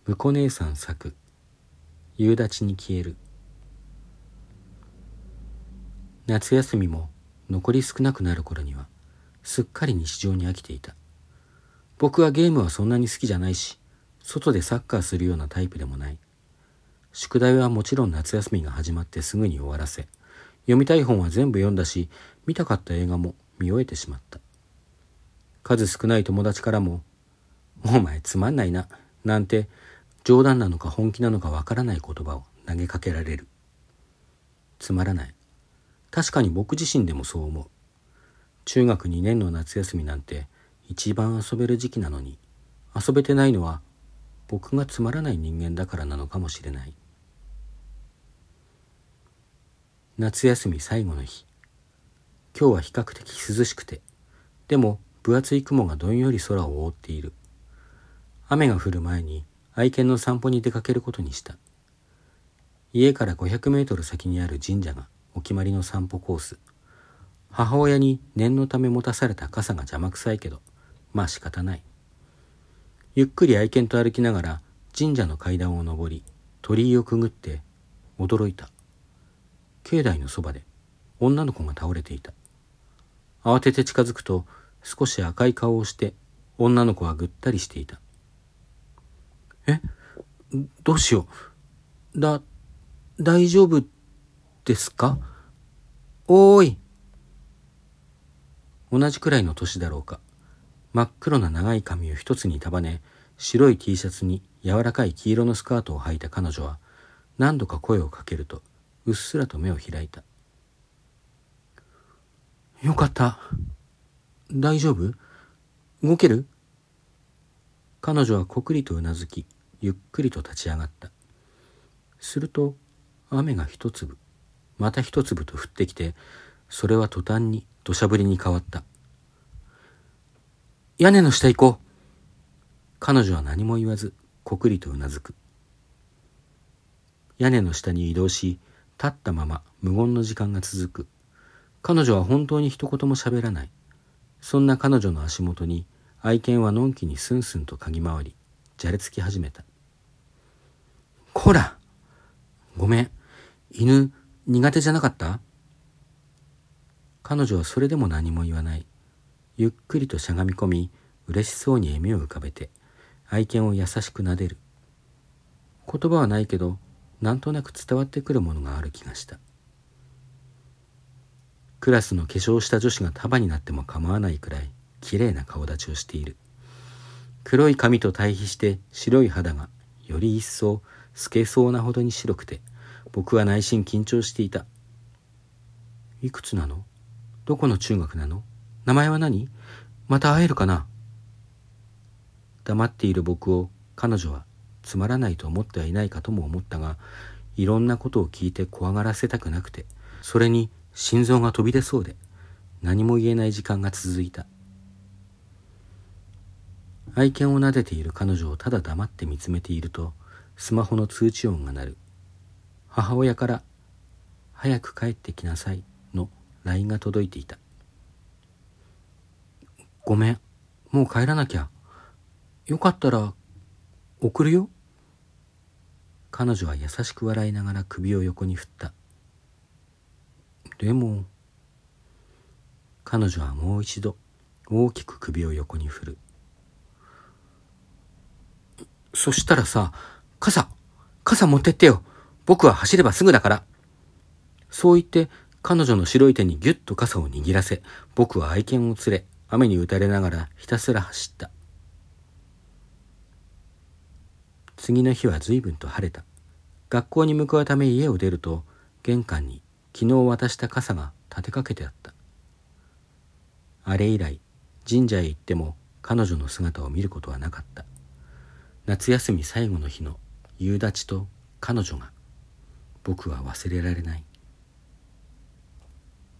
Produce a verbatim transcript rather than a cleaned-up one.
むこ姉さん作夕立に消える。夏休みも残り少なくなる頃にはすっかり日常に飽きていた。僕はゲームはそんなに好きじゃないし、外でサッカーするようなタイプでもない。宿題はもちろん夏休みが始まってすぐに終わらせ、読みたい本は全部読んだし、見たかった映画も見終えてしまった。数少ない友達からも、お前つまんないな、なんて冗談なのか本気なのかわからない言葉を投げかけられる。つまらない。確かに僕自身でもそう思う。中学にねんの夏休みなんて一番遊べる時期なのに、遊べてないのは僕がつまらない人間だからなのかもしれない。夏休み最後の日。今日は比較的涼しくて、でも分厚い雲がどんより空を覆っている。雨が降る前に愛犬の散歩に出かけることにした。家からごひゃくメートル先にある神社がお決まりの散歩コース。母親に念のため持たされた傘が邪魔くさいけど、まあ仕方ない。ゆっくり愛犬と歩きながら神社の階段を上り、鳥居をくぐって驚いた。境内のそばで女の子が倒れていた。慌てて近づくと少し赤い顔をして女の子はぐったりしていた。え、どうしよう。だ、大丈夫ですか？おーい。同じくらいの年だろうか。真っ黒な長い髪を一つに束ね、白い T シャツに柔らかい黄色のスカートを履いた彼女は、何度か声をかけると、うっすらと目を開いた。よかった。大丈夫？動ける？彼女はこくりとうなずき、ゆっくりと立ち上がった。すると、雨が一粒、また一粒と降ってきて、それは途端に土砂降りに変わった。屋根の下行こう。彼女は何も言わず、こくりとうなずく。屋根の下に移動し、立ったまま無言の時間が続く。彼女は本当に一言も喋らない。そんな彼女の足元に愛犬はのんきにスンスンと嗅ぎ回り、じゃれつき始めた。こら！ごめん。犬苦手じゃなかった？彼女はそれでも何も言わない。ゆっくりとしゃがみ込み、嬉しそうに笑みを浮かべて、愛犬を優しく撫でる。言葉はないけど、なんとなく伝わってくるものがある気がした。クラスの化粧した女子が束になっても構わないくらい、きれいな顔立ちをしている。黒い髪と対比して白い肌がより一層透けそうなほどに白くて、僕は内心緊張していた。いくつなの？どこの中学なの？名前は何？また会えるかな？黙っている僕を彼女はつまらないと思ってはいないかとも思ったが、いろんなことを聞いて怖がらせたくなくて、それに心臓が飛び出そうで、何も言えない時間が続いた。愛犬を撫でている彼女をただ黙って見つめていると、スマホの通知音が鳴る。母親から「早く帰ってきなさい」の ライン が届いていた。ごめん、もう帰らなきゃ。よかったら送るよ。彼女は優しく笑いながら首を横に振った。でも、彼女はもう一度大きく首を横に振る。そしたらさ、傘、傘持ってってよ。僕は走ればすぐだから。そう言って彼女の白い手にぎゅっと傘を握らせ、僕は愛犬を連れ、雨に打たれながらひたすら走った。次の日は随分と晴れた。学校に向かうため家を出ると、玄関に昨日渡した傘が立てかけてあった。あれ以来、神社へ行っても彼女の姿を見ることはなかった。夏休み最後の日の夕立と彼女が、僕は忘れられない。